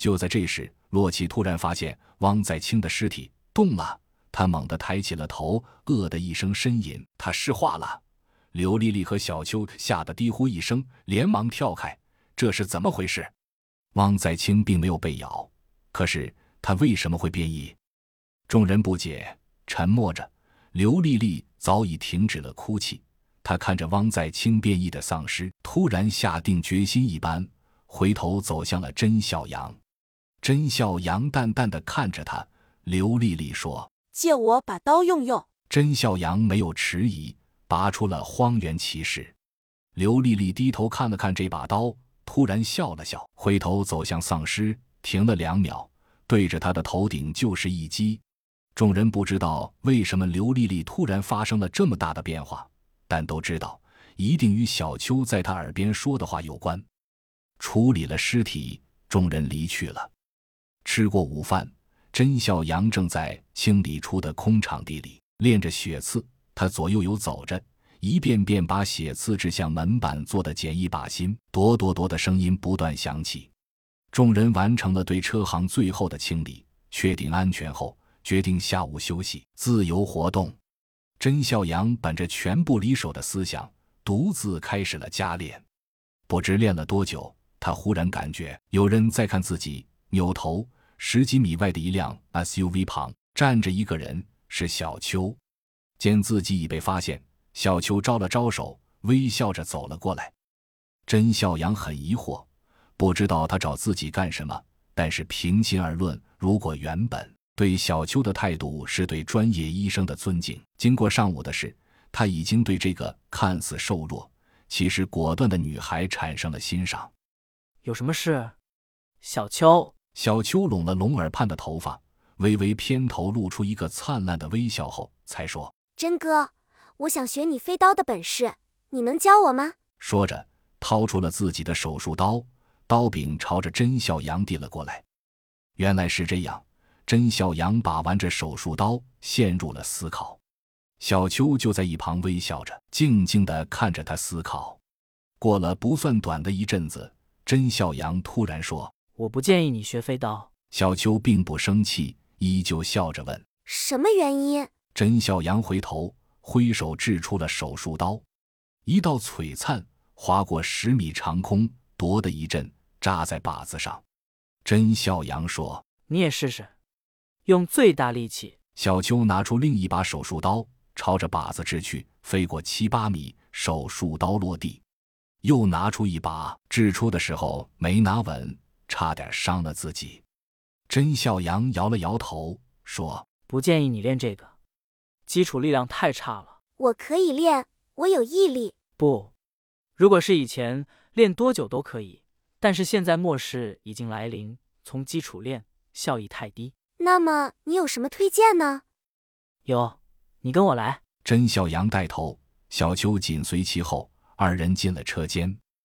就在这时，洛奇突然发现汪在清的尸体动了，他猛地抬起了头，的一声呻吟，他石化了。刘丽丽和小秋吓得低呼一声，连忙跳开，这是怎么回事？汪在清并没有被咬，可是他为什么会变异？众人不解，沉默着。刘丽丽早已停止了哭泣，她看着汪在清变异的丧尸，突然下定决心一般，回头走向了甄笑阳。甄笑阳淡淡地看着他，刘丽丽说：“ 借我把刀用用。” 甄笑阳没有迟疑，拔出了荒原骑士。刘丽丽低头看了看这把刀，突然笑了笑，回头走向丧尸，停了2秒，对着他的头顶就是一击。众人不知道为什么刘丽丽突然发生了这么大的变化，但都知道一定与小秋在她耳边说的话有关。处理了尸体，众人离去了。吃过午饭，甄笑阳正在清理出的空场地里练着血刺，他左右游走着，一遍遍把血刺指向门板做的简易靶心，夺夺夺的声音不断响起。众人完成了对车行最后的清理，确定安全后，决定下午休息，自由活动。甄笑阳本着全部离手的思想，独自开始了加练。不知练了多久，他忽然感觉有人在看自己，扭头，10几米外的一辆 SUV 旁站着一个人，是小秋。见自己已被发现，小秋招了招手，微笑着走了过来。甄笑阳很疑惑，不知道他找自己干什么，但是平心而论，如果原本对小秋的态度是对专业医生的尊敬，经过上午的事，他已经对这个看似瘦弱，其实果断的女孩产生了欣赏。 有什么事？小秋。 小秋拢了拢耳畔的头发，微微偏头，露出一个灿烂的微笑后，才说：“ 真哥，我想学你飞刀的本事，你能教我吗？” 说着，掏出了自己的手术刀，刀柄朝着甄笑阳递了过来。原来是这样，甄笑阳把玩着手术刀，陷入了思考。小秋就在一旁微笑着，静静地看着他思考。过了不算短的一阵子，甄笑阳突然说：“ 我不建议你学飞刀。” 小秋并不生气，依旧笑着问：“ 什么原因？” 甄笑阳回头挥手掷出了手术刀，一道璀璨划过10米长空，夺的一阵扎在靶子上。甄笑阳说：“ 你也试试，用最大力气。” 小秋拿出另一把手术刀，朝着靶子掷去，飞过7、8米，手术刀落地。又拿出一把，掷出的时候没拿稳，差点伤了自己。甄笑阳摇了摇头，说：“ 不建议你练这个，基础力量太差了。” 我可以练，我有毅力。 不，如果是以前，练多久都可以，但是现在末世已经来临，从基础练，效益太低。 那么你有什么推荐呢？ 有，你跟我来。 甄笑阳带头，小秋紧随其后，2人进了车间。